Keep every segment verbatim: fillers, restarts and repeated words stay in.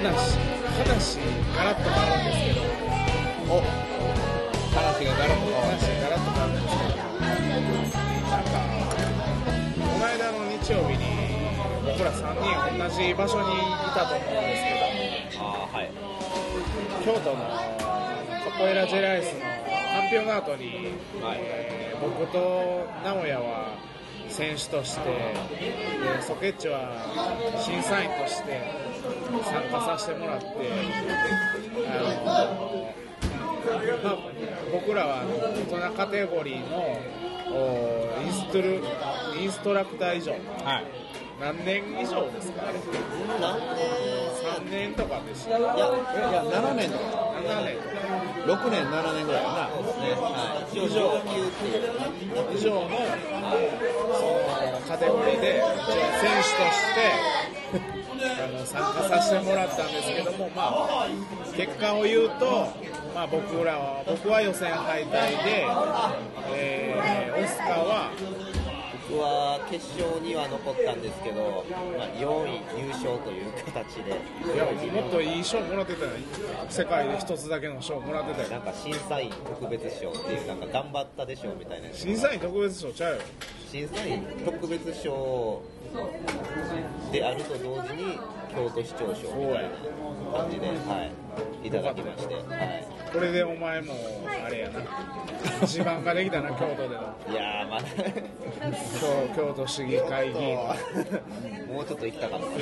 話話ガラッと変わるんですけど、 お話がガラッと話がガラッと変わるんですけど、なんかこの間の日曜日に僕らさんにん同じ場所にいたと思うんですけど、 あーはい京都のカポエラジェライスのカンピオナートに、 はいえー僕と直哉は選手として、でソケッチは審査員として参加させてもらって、あの、まあ、僕らはあの大人カテゴリーのインストルインストラクター以上、 はい何年以上ですか？あれ何年さんねんとかでした。 いやいやななねんとかななねんとかろくねんななねんぐらいかな、ねはい、以上以上のそのカテゴリーで選手としてあの参加させてもらったんですけども、まあ、結果を言うと、まあ、僕らは僕は予選敗退で、えー、オスカーは僕は決勝には残ったんですけど、まあ、よんい入賞という形で、 いやもっといい賞もらってたよ。世界で一つだけの賞もらってたよ。 なんか審査員特別賞っていう、なんか頑張ったで賞みたいな、 審査員特別賞ちゃうよ。 審査員特別賞であると同時に京都市長賞みたいな感じで、はい、いただきまして、はい、 これでお前もあれやな、地盤ができたな、京都での。 いやーまだ京, 京都市議会議員もうちょっと行きたかった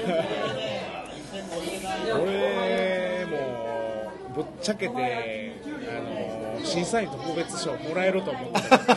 俺もぶっちゃけて、あの審査員特別賞もらえると思ってたぶっ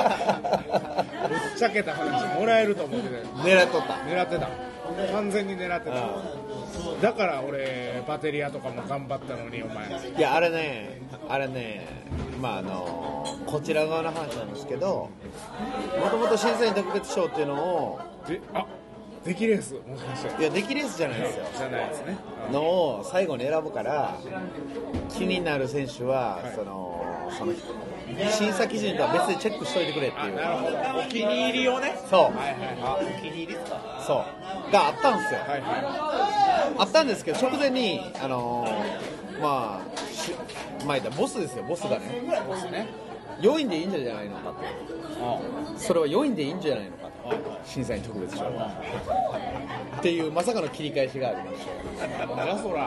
ちゃけた話もらえると思ってた。 狙っとった狙ってた、完全に狙ってた。だから俺バテリアとかも頑張ったのにお前。 いやあれねあれねまああのこちら側の話なんですけど、もともと審査員特別賞っていうのをであ出来レースもしかして。 いや出来レースじゃないですよじゃないですね。 のを最後に選ぶから気になる選手は、 はい、 そのその審査基準とは別でチェックしといてくれっていう。 なるほど、お気に入りをね。 そう、 はいはい、 あお気に入りですか。そうがあったんですよ、 はいはあったんですけど直前にあのー、まあしまあ言ったボスですよ、ボスがねい、ボスね。 よんいでいいんじゃないのかって、 あそれはよんいでいいんじゃないのかと、審査員特別賞っていうまさかの切り返しがありましたなんだそら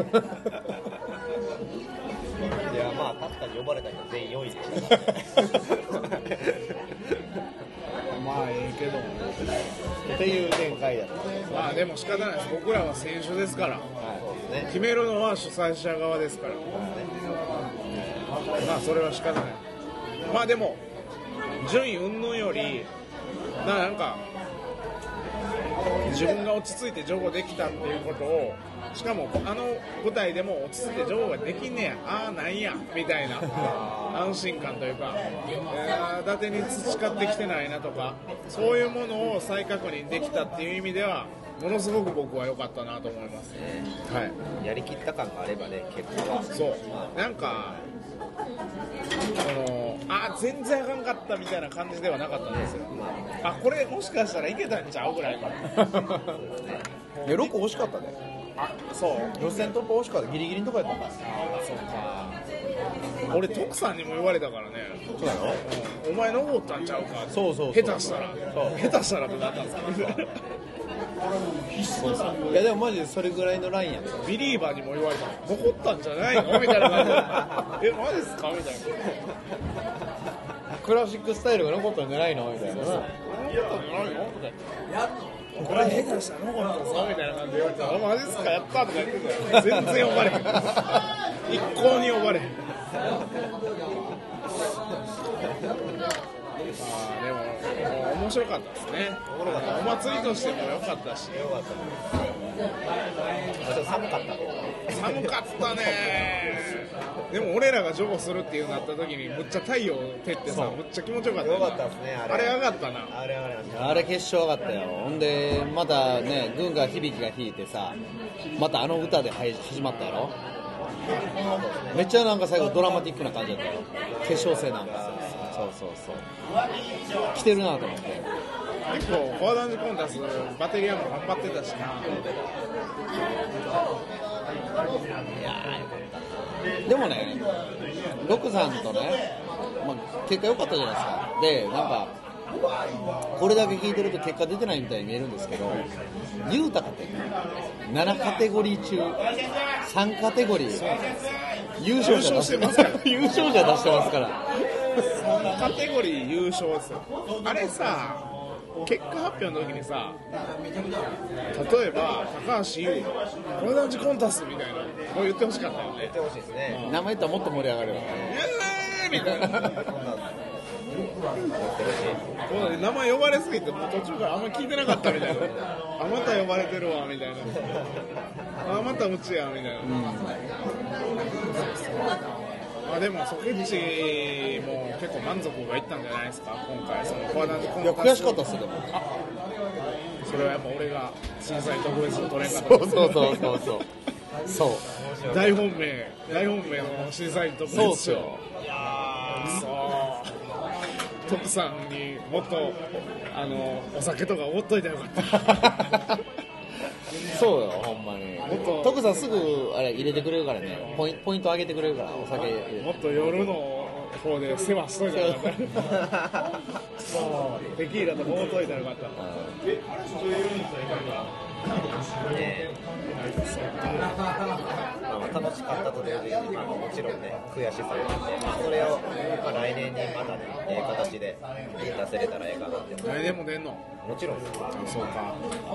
いやまあ確かに呼ばれた人全員よんいでしたまあええけどっていう展開だった。 まあでも仕方ないです。僕らは選手ですから、 はい、そうですね。 決めるのは主催者側ですから、まあそれは仕方ない。まあでも順位云々よりな、なんか自分が落ち着いてジョグできたっていうことを、しかもあの舞台でも落ち着いてジョグができんねや、ああなんやみたいな安心感というか、えー、伊達に培ってきてないなとか、そういうものを再確認できたっていう意味ではものすごく僕は良かったなと思います、はい、 やりきった感があればね、結果はそうなんかそのあ全然あかんかったみたいな感じではなかったんですよ。あこれもしかしたらいけたんちゃうぐらいかいやろく惜しかったね。 あそう予選突破惜しかった、ギリギリのとこやったんだ。 そうか、俺徳さんにも言われたからね。 そうなの、 うん、お前残ったんちゃうか。 そうそうそう下手したらそう下手したらってなったんですかそうそう、いやでもマジでそれぐらいのラインやった。 ビリーバーにも言われたの、残ったんじゃないのみたいな感じでえマジですかみたいな、 クラシックスタイルが残ったんじゃないのみたいな。 残ったんじゃないのみたいな、これ下手したら残ったんすかみたいな感じで言われたら、マジですかやったとか言ってたよ。全然呼ばれへん一向に呼ばれへんあでも面白かったですね。お祭りとしても良かったし、 よかったね。寒かった。 寒かったね。でも俺らがジョゴするっていうなった時にむっちゃ太陽照ってさ、むっちゃ気持ちよかった。 よかったですね。あれあれ上がったな。 あれあれあれ決勝上がったよ。ほんでまたね、軍が響きが弾いてさ、またあの歌で始まったやろ。めっちゃなんか最後ドラマティックな感じだったよ。決勝戦なんか。そうそうそう。来てるなと思って。 結構フォアダンジコンタスバテリアも頑張ってたしな。 いやーでもねロクさんとね、まあ、結果良かったじゃないですか。でなんかこれだけ聞いてると結果出てないみたいに見えるんですけど、ユータカってななカテゴリー中さんカテゴリー優勝者出してますから優勝者出してますからさんカテゴリー優勝ですよ。あれさ、結果発表の時にさ、例えば高橋優フォアダンジコンタスみたいなのを言ってほしかったよね。 言ってほしいですね。 名前言ったらもっと盛り上がるよね。 イエーイみたいなこの名前呼ばれすぎてもう途中からあんま聞いてなかったみたいなあまた呼ばれてるわみたいなあまたうちやみたいな、うん、まあでもソケッチも結構満足がいったんじゃないですか今回。そのフォアダンジコンタス。 いや悔しかったっすよ。でもそれはやっぱ俺が審査員特別の取れんかった。 そうそうそうそうそうそう大本命大本命の審査員特別賞。 そうっすよ。 そう徳さんにもっとあのお酒とかおごっといたらよかったそうよほんまに。徳さんすぐあれ入れてくれるからね。ポイント、ポイント上げてくれるからお酒もっと夜の方で世話しといたらよかったそうテキーラとかおごっといたらよかった、うんねまあ、楽しかったと同時に、まあ、もちろんね悔しさがあって、まあ、それを、まあ、来年にまたねええ形で出せれたらええかなって。 来年も出んの？ もちろんそうか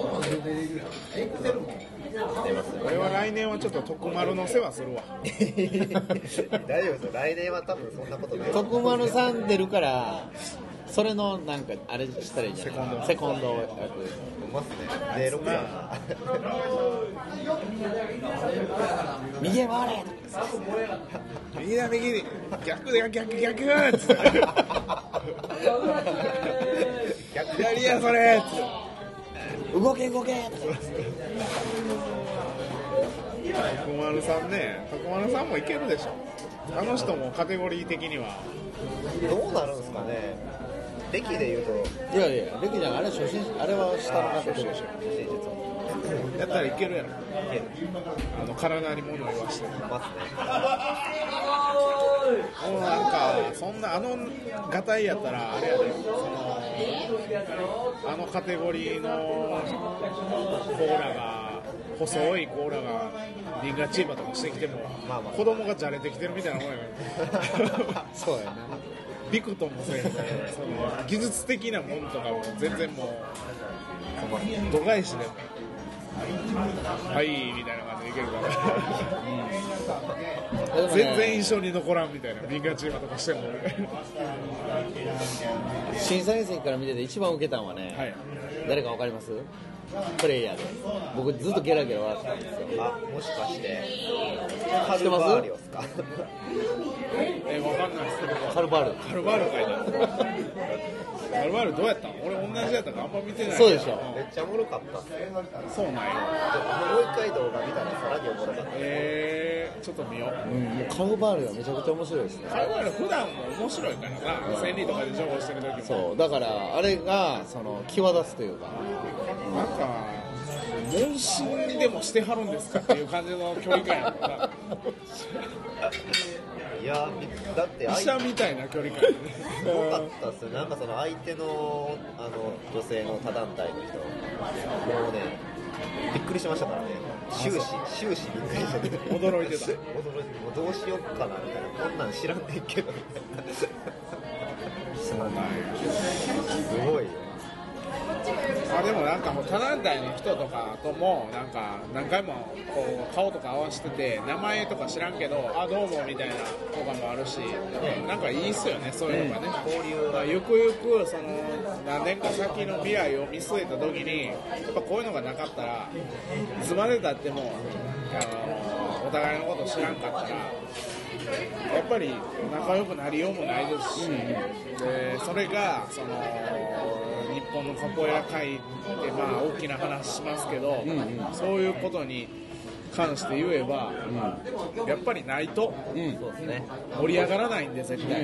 出ます。 俺は来年はちょっと徳丸の世話するわ大丈夫ですよ。来年は多分そんなことない。 徳丸さん出るからそれのなんかあれしたらいいんじゃない。セコンドセコンド役うまっすね。でろくやんな右へ回れ右だ右に逆で逆逆っつって左やそれっつって動け動け徳丸さんね。徳丸さんもいけるでしょ。あの人もカテゴリー的にはどうなるんですかね。歴で言うといやいや歴じゃん。あれ初心あれは下のカテゴリーやったらいけるやろ。あの体に物を言わしてますね。 もうなんかそんなあのガタイやったらあれやで、そのあのカテゴリーのコーラが細いコーラがリンガチーバとかしてきても、まあまあ、子供がじゃれてきてるみたいなもんやからそうやな。ビクトンもそうやね。その技術的なものとかも全然もう度外視でもはいみたいな感じでいけるから全然印象に残らんみたいな。リンガチーバとかしても審査員席から見てて一番受けたのはね、はい、誰か分かります？プレイヤーで僕ずっとゲラゲラ笑ってたんですよ。 あ、もしかしてカルバーリョスかえー、分かんないですけどカルバールカルバールかいなカルバールどうやったの？俺同じやったからあんま見てない。 そうでしょ。 めっちゃおもろかった。 そうなんや。 もう一回動画見たらさらにおもろかった。 えー、ちょっと見よう。 うん、もうカルバールがめちゃくちゃ面白いですね。 カルバール普段も面白いからな。千里とかで情報してる時も。 そうだからあれがその際立つというか。 なんか問診にでもしてはるんですかっていう感じの距離感やったいやだって医者みたいな距離感すごかったっすよ。なんかその相手のあの女性の他団体の人もうねびっくりしましたからね。終始終始びっくりして驚いてた驚いてもうどうしよっかなみたいな。こんなん知らんねんけどみたいなそうなんや。 すごいよ。 あでもなんかもう他団体の人とかともなんか何回もこう顔とか合わせてて名前とか知らんけどあどうもみたいなとかもあるし、なんかいいっすよねそういうのがね、うん、交流がゆくゆくその何年か先の未来を見据えた時にやっぱこういうのがなかったらいつまでたってもあのお互いのこと知らんかったらやっぱり仲良くなりようもないですし、うん、でそれがその日本のカポエラ界でまあ大きな話しますけど、うんうん、そういうことに関して言えば、うん、やっぱりないと盛り上がらないんで絶対、うん、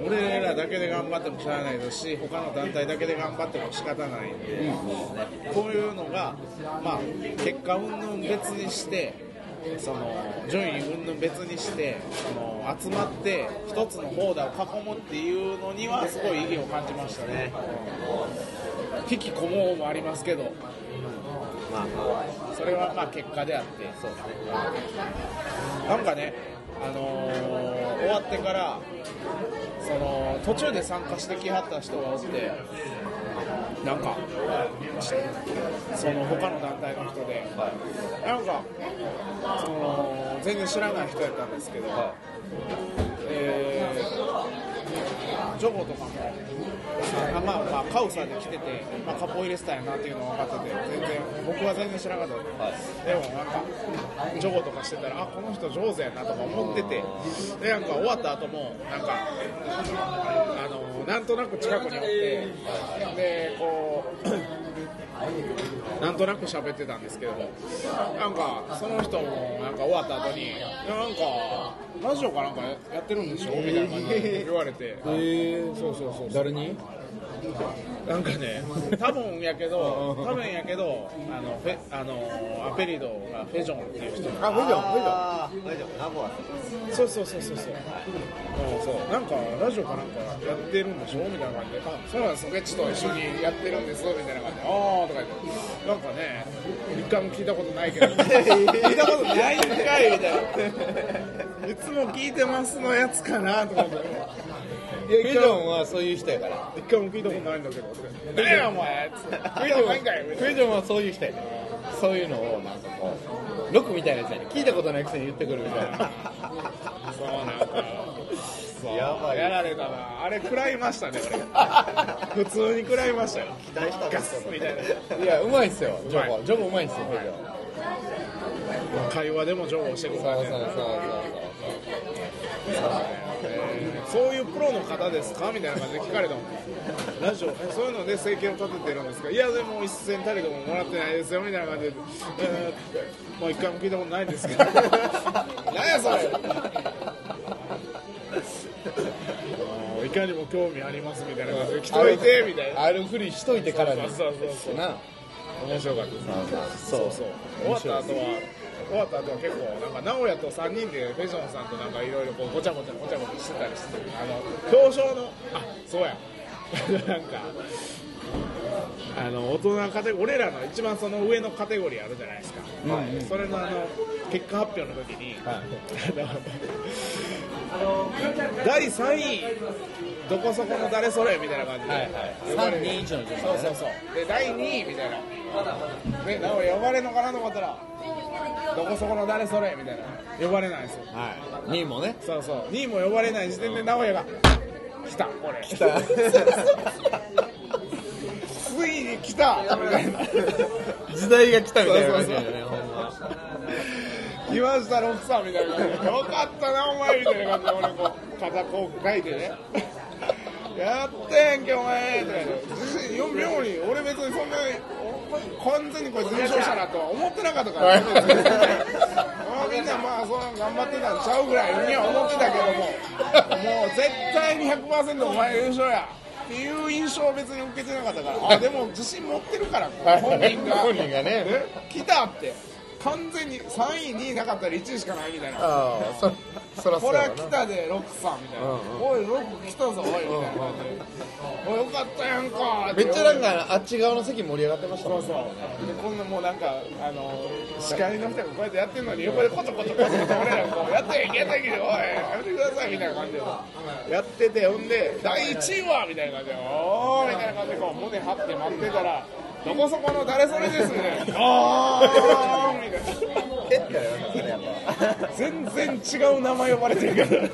俺らだけで頑張ってもしゃあないですし他の団体だけで頑張っても仕方ないんで、うん、こういうのが、まあ、結果云々別にしてその順位云々別にしてその集まって一つのボーダーを囲むっていうのにはすごい意義を感じましたね。引きこもうもありますけど、まあ、それはまあ結果であって、そうですね、なんかね、あのー、終わってからその途中で参加してきはった人がおって、なんかその他の団体の人で、なんかその全然知らない人やったんですけど、えー、ジョゴとかもあまあまあカウサで来てて、まあ、カポ入れてたんやなっていうのが分かってて、全然僕は全然知らなかったです、はい、でもなんかジョゴとかしてたら、あこの人上手やなとか思ってて、でなんか終わった後もなんかあのなんとなく近くにおって、でこうなんとなく喋ってたんですけども、なんかその人もなんか終わった後に、なんかラジオかなんかやってるんでしょみたいな感じで言われて、えー、そうそうそう、 誰に？ なんかね、多分やけど、多分やけど、あのフェあのアペリドがフェジョンっていう人、 あ、フェジョン、フェジョン、 ナボアそうそうそうそうそう、そう、なんかラジオかなんかやってるんでしょみたいな感じで、あ、そうなんです、ソケッチと一緒にやってるんですみたいな感じで、あーとか言って、なんかね、一回も聞いたことないけど、聞いたことないんかいみたいな、いつも聞いてますのやつかなと思って。 フェジョンはそういう人やから。 一回も聞いたことないんだけど、何やお前っつって、フェジョンないんかい。 フェジョンはそういう人やから。そういうのをなんかこうロックみたいなやつやね、聞いたことないくせに言ってくるみたいな。 そうなんか、そうやばい、やられたな。あれ食らいましたね俺。普通に食らいましたよ。 期待したガスみたいな。 いやうまいっすよ、ジョボ、ジョボうまいっすよ、フェジョン。 会話でもジョボしてくる感じ。そうそうそうそう。そういうプロの方ですかみたいな感じで聞かれたもん。ラジオ、えそういうので生計を立ててるんですか？いやでも一銭たりとももらってないですよみたいな感じで、えー、もう一回も聞いたことないんですけど何やそれいかにも興味ありますみたいな感じで来といてみたいな、 あるふりしといてからに。 そうそうそうそうな、面白かったです。そうそうそう、終わった後は終わった後は結構なんか直哉とさんにんでフェジョンさんとなんかいろいろこうごちゃごちゃごちゃごちゃしてたりして、あの表彰の、あ、そうやなんかあの大人カテゴリー、俺らの一番その上のカテゴリーあるじゃないですか、はい、それのあの結果発表の時に、はい、だいさんいどこそこの誰それみたいな感じで、はいはい、さんにいちの女性、そうそうそうでだいにいみたいなで直哉呼ばれるのかなと思ったらどこそこの誰それみたいな呼ばれないんですよ、はい、にいもね、そうそうにいも呼ばれない時点で直哉が来た、これ来たついに来たみたいな時代が来たみたいな感じだよね、ほんま来ましたロックさんみたいな感じで、よかったなお前みたいな感じで、俺こう肩こう書いてねやってんけお前ってよんびょうに俺別にそんなに完全にこれ優勝したなとは思ってなかったからねみんなまあそう頑張ってたんちゃうぐらいには思ってたけどももう絶対に ひゃくパーセント お前優勝やっていう印象を別に受けてなかったからあでも自信持ってるから本人が本人がね来たって完全にさんいにいなかったらいちいしかないみたいな、 あそそらそうこれは来たでロックさんみたいな、うんうん、おいロック来たぞおいみたいな感じで、おいよかったやんかめっちゃなんかあっち側の席盛り上がってましたもんね。 そうそうでこんなもうなんかあの司会の人がこうやってやってるのに横でコトコトコトコト俺らこうやってやってやっておいやめてくださいみたいな感じでやってて、ほんでだいいちいはみたいな感じでおーみたいな感じでこう胸張って待ってたらどこそこの誰それですねあーみたいな全然違う名前呼ばれてるからい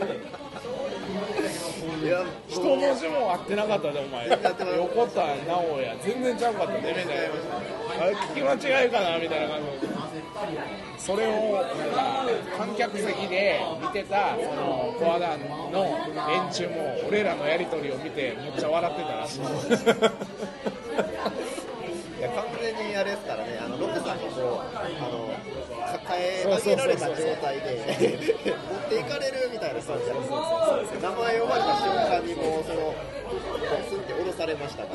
や一文字も合ってなかったでお前横田直哉全然ちゃうかったねみたいなあれ聞き間違いかなみたいな感じでそれを観客席で見てたそのコア団の連中も俺らのやり取りを見てめっちゃ笑ってたらしいいや観全にあれですからね、あのロックさんがこうあの抱え上げられた状態で持っていかれるみたいな感じなんですよ。名前呼ばれた瞬間にもうそのスンって脅されました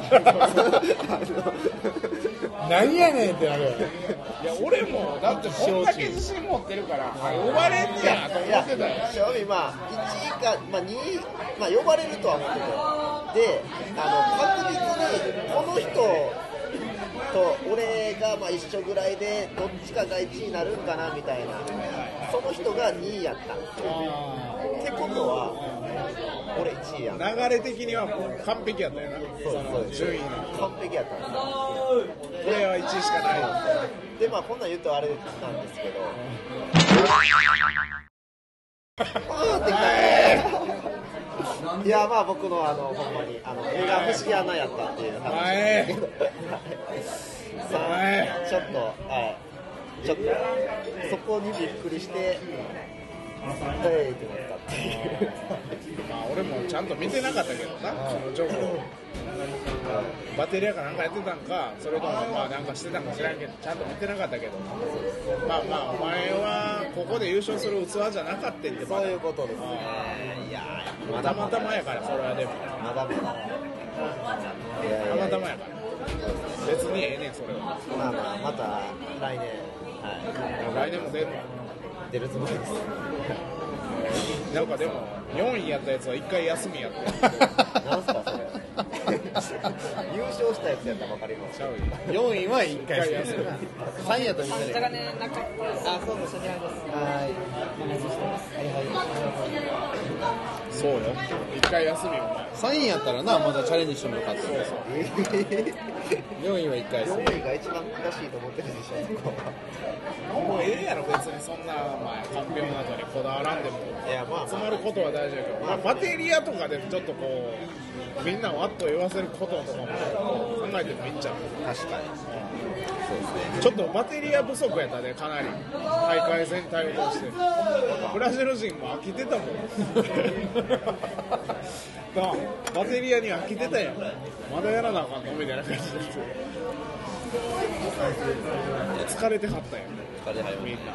から何やねんってなる。いや俺もだってこんだけ自信持ってるから呼ばれんねやと思ってたよ。 正味まあいちいか、まあ、にい、まあ、呼ばれるとは思ってて、であの確実にこの人と俺がまあ一緒ぐらいでどっちかがいちいになるんかなみたいな、その人がにいやったんですよ。ってことは俺いちいやん。 流れ的にはもう完璧やったよな。 そうその順位の完璧やったんですよ。 これはいちいしかないよ。 でまあこんなん言うとあれなんですけどあーってきたね。いやまあ僕のあのほんまにあの目が節穴やったっていう話なんですけどさあちょっとはいちょっとそこにびっくりしてはいってなったっていうまあ俺もちゃんと見てなかったけどな、その情報バッテリアかなんかやってたんか、それともまあなんかしてたんか知らんけどちゃんと見てなかったけど、まあまあお前はここで優勝する器じゃなかったってってそういうことですね。いやまだたまたまやから、それはでもまだまだいやいやたまたまやから別にええねんそれは。 まあまあまた来年はい来年も出るの出るつもりです。 なんかでもよんいやったやつはいっかい休みやってなんすかそれ優勝したやつやったら分かります。 よんいはいっかいいっかい休みさんいやったら見てない。 あ、そうそう、それあります。はい。お願いします。はいはい。 そうよ、いっかい休みよ。 さんいやったらな、まだチャレンジしてもよかった。 そうそうよんいはいっかいよんいが一番難しいと思ってるでしょ、そこは。 もうええやろ別にそんなお前カンペの中にこだわらんでもいや、まあ、 集まることは大事だけど、まあ、バテリアとかでちょっとこうみんなをあっと言わせることとかも考えてもいいんちゃう。 確かに。そうですね。 ちょっとバテリア不足やったね、かなり大会全体を通してブラジル人も飽きてたもんなあ、バテリアに飽きてたやん、まだやらなあかんのみたいな感じで疲れてはったやん疲れてはりましたみんな。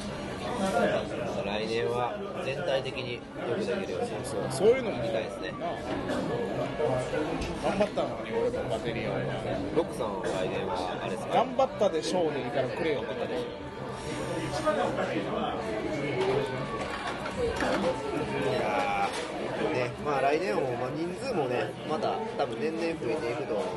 来年は全体的によくできるようにそうそういうのも見たいですね。 なあ頑張ったのに俺もバテリアはロックさんは来年はあれですか。 頑張ったでしょうでいいからくれよって言ったでしょ。 いやーね、まあ来年も、まあ、人数もねまた多分年々増えていくと思う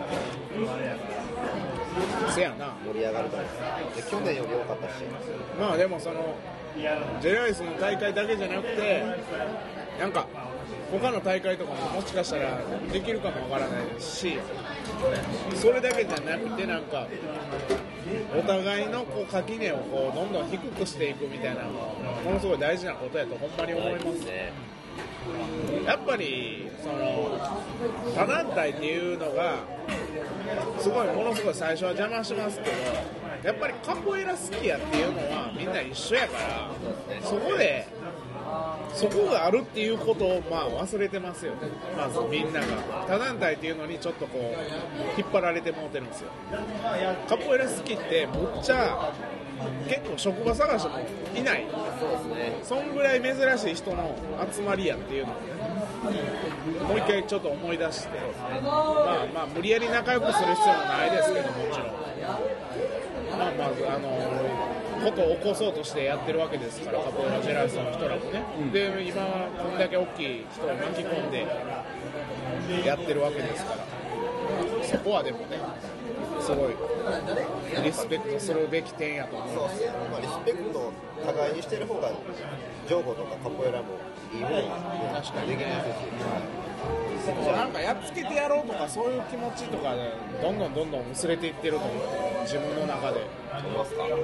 せやな。 盛り上がると思う。で去年より多かったし。 まあでもそのジェライスの大会だけじゃなくてなんか他の大会とかももしかしたらできるかもわからないし、それだけじゃなくてなんかお互いのこう垣根をこうどんどん低くしていくみたいなのもものすごい大事なことやとほんまに思いますね。やっぱりその他団体っていうのがすごいものすごい最初は邪魔しますけど、やっぱりカポエラ好きやっていうのはみんな一緒やから、そこでそこがあるっていうことをまあ忘れてますよね。まずみんなが他団体っていうのにちょっとこう引っ張られてもうてるんですよ。カポエラ好きってむっちゃ結構職場探してもいない、 そうですね。 そんぐらい珍しい人の集まりやっていうのをね、もう一回ちょっと思い出して、まあまあ無理やり仲良くする必要もないですけど、もちろんまあまああのことを起こそうとしてやってるわけですから、カポエラジェライスの人らもね、うん、で今はこんだけ大きい人を巻き込んでやってるわけですから、そこはでもねすごいリスペクトするべき点やと思う。 そうですね、まあ、リスペクトを互いにしてる方がジョーゴとかカポエラもいいものが確かにできますし、 なんかやっつけてやろうとかそういう気持ちとかでどんどんどんどん薄れていってると思う、自分の中で。 ありますか、うん、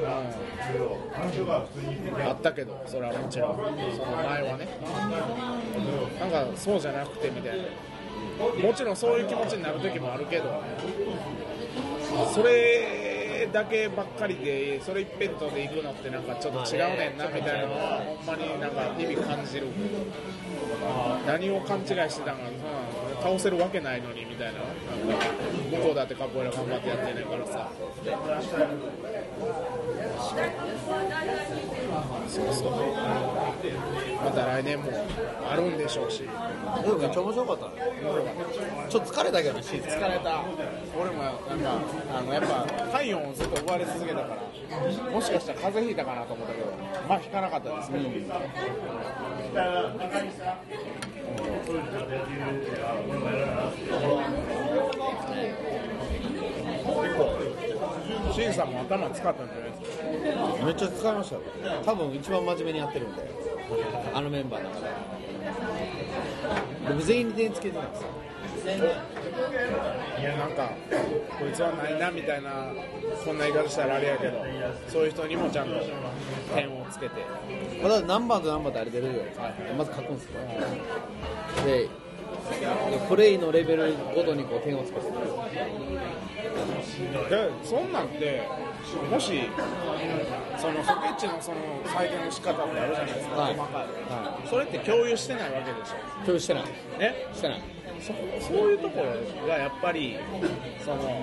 あったけど、それはもちろんその前はね、なんかそうじゃなくてみたいな、もちろんそういう気持ちになる時もあるけど、それだけばっかりでそれ一辺倒で行くのってなんかちょっと違うねんなみたいなのはほんまになんか日々感じる。何を勘違いしてたんかな、倒せるわけないのにみたいな、なんか向こうだってカポエラ頑張ってやってんねんからさ。そうそう、また来年もあるんでしょうし。 でもめっちゃ面白かったね。ちょっと疲れたけどね、シーズン疲れた。俺もなんかあのやっぱ体温をずっと奪われ続けたから、もしかしたら風邪ひいたかなと思ったけど、まあひかなかったですけど、うん、シンさんも頭使ったんじゃないですか。 めっちゃ疲れましたよ。多分一番真面目にやってるんで、あのメンバーの中で。でも全員に点つけてたんですよ。 なんかこいつはないなみたいな、こんな言い方したらあれやけど、そういう人にもちゃんと点をつけて、 まだ何番と何番ってあれ出るよ、まず書くんですよ。でプレイのレベルごとにこう点をつけてる。 でそんなんてもしそのソケッチのその採点の仕方ってあるじゃないですか、 はい細かい、 はそれって共有してないわけでしょ。 い、共有してないね、 してないそ, そういうところがやっぱりその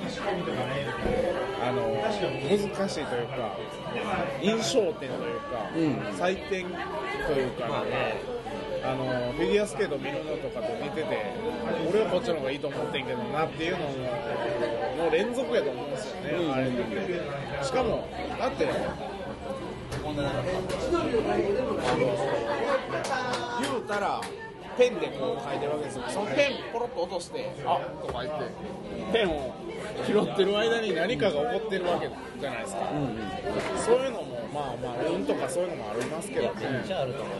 あの難しいというか、印象点というか、 うん、 採点というか、ね、あのフィギュアスケート見るのとかと見てて、俺はこっちの方がいいと思ってんけどなっていうのの連続やと思うんですよね、うん、あれってしかもだって言うたらペンでこう書いてるわけですよ。そのペンポロッと落としてあっとか言ってペンを拾ってる間に何かが起こってるわけじゃないですか、うんうん、そういうのもまあまあ運とかそういうのもありますけどね。めっちゃあると思い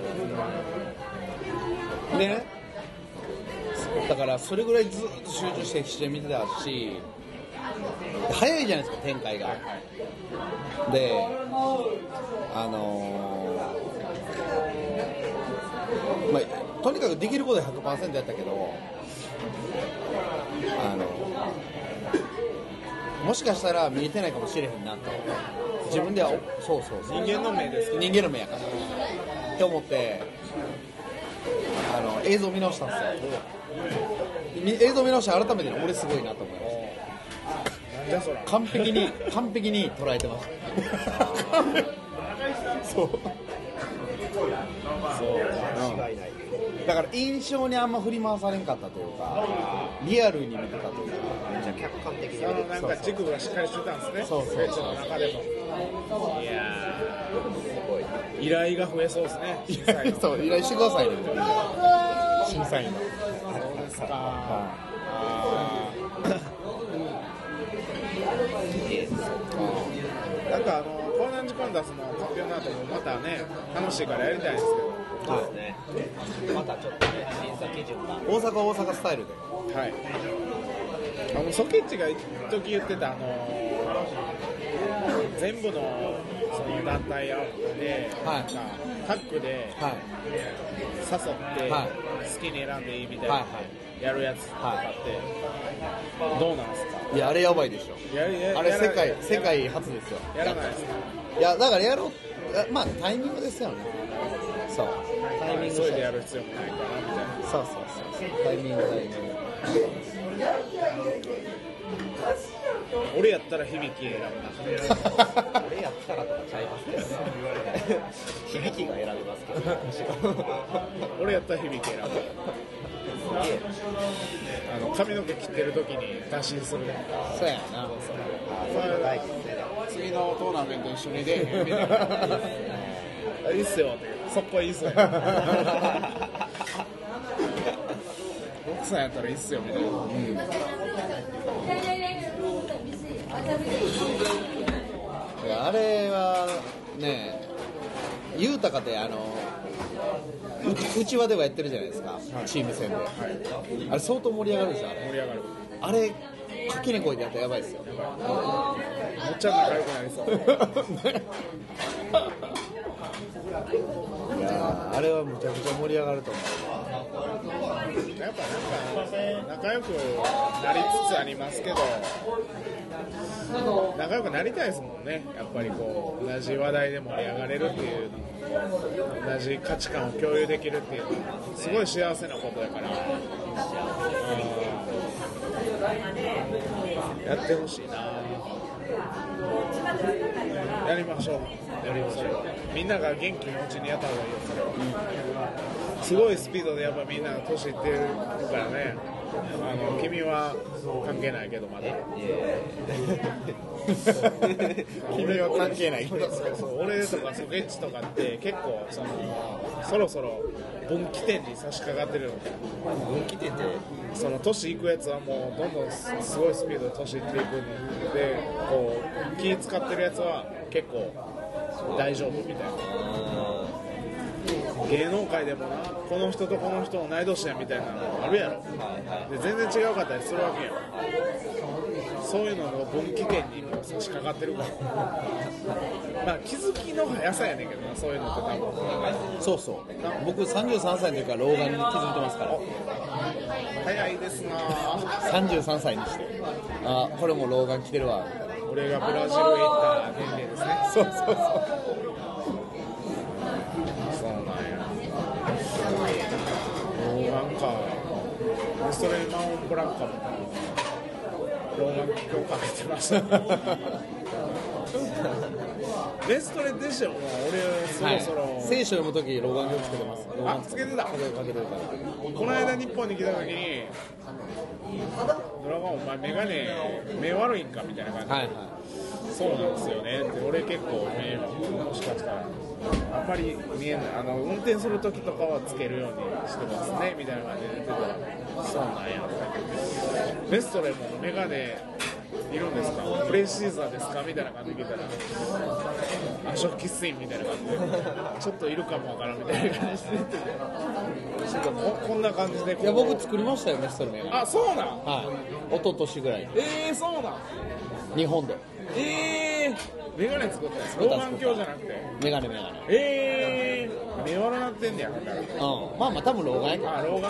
ますね。だからそれぐらいずっと集中してして見てたし、早いじゃないですか展開が。であのー、まあとにかくできることは ひゃくパーセント やったけど、あのもしかしたら見えてないかもしれへんなと自分ではそうそうそう人間の目ですけど、 人間の目やからって思ってあの映像見直したんですよ。映像見直して改めて俺すごいなと思いました。完璧に完璧に捉えてましたそうそう、 間違いない。 だから印象にあんま振り回されんかったというか、リアルに見てたというか、 じゃあ客観的にそのなんか軸がしっかりしてたんですね。 そうそうそう、 の中でもいやー依頼が増えそうですね。審査員のそう依頼してくださいね審査員の。 そうですか、あなんかあのコーナンジコンダスの発表の後もまたね楽しいからやりたいですけど。 そうですね。またちょっとね審査基準が大阪は大阪スタイルで、 はい、あのソケッチが一時言ってたあの全部のその団体アップで、はい、なんかタッグで誘って好きに選んでいいみたいなやるやつとかってどうなんですか。 いやあれやばいでしょ。 ややあれ世界世界初ですよ。 やらないですか。 いやだからやろう、まあタイミングですよね。そうタイミングそれでやる必要もないかなみたいな。 そうそうそうタイミングタイミング。 俺やったら響き選ぶな俺やったらとかちゃいますけどね響きが選びますけど俺やったら響き選ぶあの髪の毛切ってる時に打診する。 そうやな。 次のトーナメント一緒に出えへんみたいな。いいっすよってそこいいっすよ奥さんやったらいいっすよみたいな、うん、 いやあれはね言うたかてあのうちわではやってるじゃないですか、はい、チーム戦で、はい、あれ相当盛り上がるでしょ。あれ盛り上がる。 あれ垣根越えてやったらやばいですよ。 めっちゃ仲良くなりそういやあれはむちゃくちゃ盛り上がると思う。 やっぱなんか仲良くなりつつありますけど、仲良くなりたいですもんね。やっぱりこう同じ話題で盛り上がれるっていう、同じ価値観を共有できるっていうのはすごい幸せなことだから、やってほしいな。やりましょう。やりましょう。みんなが元気なうちにやった方がいいよ、それは。すごいスピードでやっぱみんなが年いってるからね。あの君は関係ないけどまだ。君は関係ないけど。そうそう、俺とかソケッチとかって結構そのそろそろ分岐点に差し掛かってるので。 分岐点ってその年いくやつはもうどんどんすごいスピードで年いっていくんで、こう気使ってるやつは結構大丈夫みたいな。芸能界でもな、この人とこの人同い年やみたいなのあるやろ。で全然違うかったりするわけよ。そういうのの分岐点にも差し掛かってるからまあ気づきの速さやねんけどな、そういうのって多分。 そうそう、僕さんじゅうさんさいの時から老眼に気づいてますから。 早いですな。 さんじゅうさんさいにしてあ、これも老眼来てるわみたいな。 俺がブラジルへ行った年齢ですね。 そうそうそう、 そうなんや。老眼か。ストレイマン・ブランカも老眼鏡かけてましたベストレでしょ。もう俺そろそろ、 はい、聖書読むとき老眼鏡つけてます。 あ、つけてた。 かけてるかけてる。 この間日本に来たときにドラゴンお前メガネ目悪いんかみたいな感じで、 はいはい、 そうなんですよねって。俺結構目もしかしたらあんまり見えない、あの運転するときとかはつけるようにしてますねみたいな感じで出てたら、そうなんやとか言って、ベストレもメガネいるんですか、プレシーザーですかみたいな感じで聞いたら、あ、食器水みたいな感じでちょっといるかもわからんみたいな感じでちょっと こ, こんな感じでこう。 いや僕作りましたよね、それね。 あ、そうなん。 はい、一昨年ぐらいに。 えー、そうなん。 日本で。 えー、メガネ作ったんですか。老眼鏡じゃなくてメガネメガネ。 えー、目悪なってんねや。だから、うん、 まあまあ多分老眼やけど。 あ、老眼か。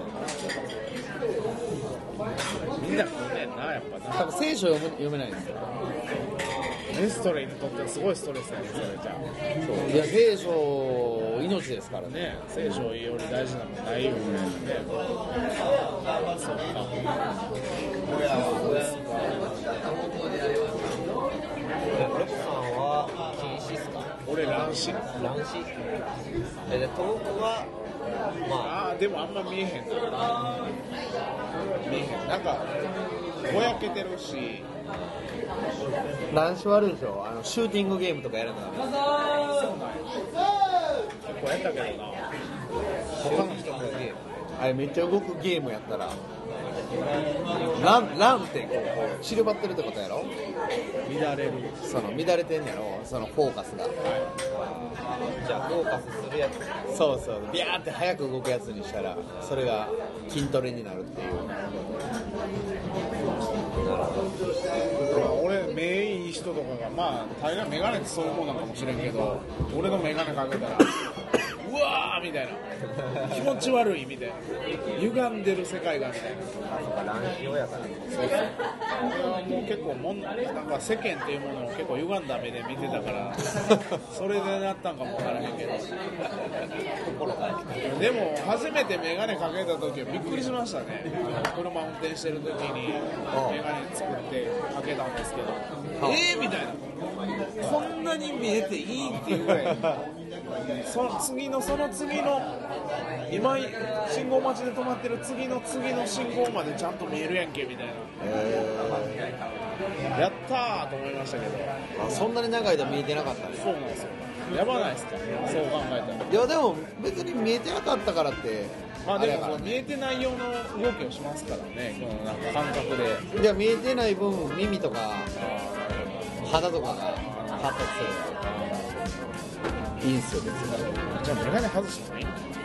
みんな来んねんな、やっぱな。 多分聖書読め、読めないんですよ。 レストレンにとってはすごいストレスやね、それじゃあ。 そういや、聖書命ですからね。 ね、聖書より大事なもんないよね。そうか。 ロクさんは禁止っすか。 俺乱視。 乱視。えで遠くはまああー、でもあんま見えへんな。見えへん。なんかぼやけてるし。 乱視悪いでしょ。あのシューティングゲームとかやるのだめ。 そうなんや。結構やったけどな。他の人もあれめっちゃ動くゲームやったらラン、ランってこう、こう散りばってるってことやろ。 乱れる。 その乱れてんやろ、そのフォーカスが。 じゃあフォーカスするやつ。 そうそう、ビャーって早く動くやつにしたらそれが筋トレになるっていう。 俺目いい人とかが、まあ大概メガネってそういうもんなんかもしれんけど、俺のメガネかけたらうわーみたいな、気持ち悪いみたいな、歪んでる世界がみたいな。 乱視用やから。 そうそう、俺はもう結構もんなんか世間っていうものを結構歪んだ目で見てたからそれでなったんかもわからへんけどでも初めてメガネかけた時はびっくりしましたね。車運転してる時にメガネ作ってかけたんですけど、えーみたいな、こんなに見えていいっていうぐらい、その次のその次の今信号待ちで止まってる次の次の信号までちゃんと見えるやんけみたいな、やったーと思いましたけど。 あ、そんなに長い間見えてなかったね。 そうなんですよ。やばないですか、そう考えたら。 いやでも別に見えてなかったからって、 まあでもあれやからね、 見えてないような動きをしますからね、このなんか感覚で。 いや見えてない分耳とか肌とかが発達する。いいんすよ別に。 じゃあメガネ外してもいいの？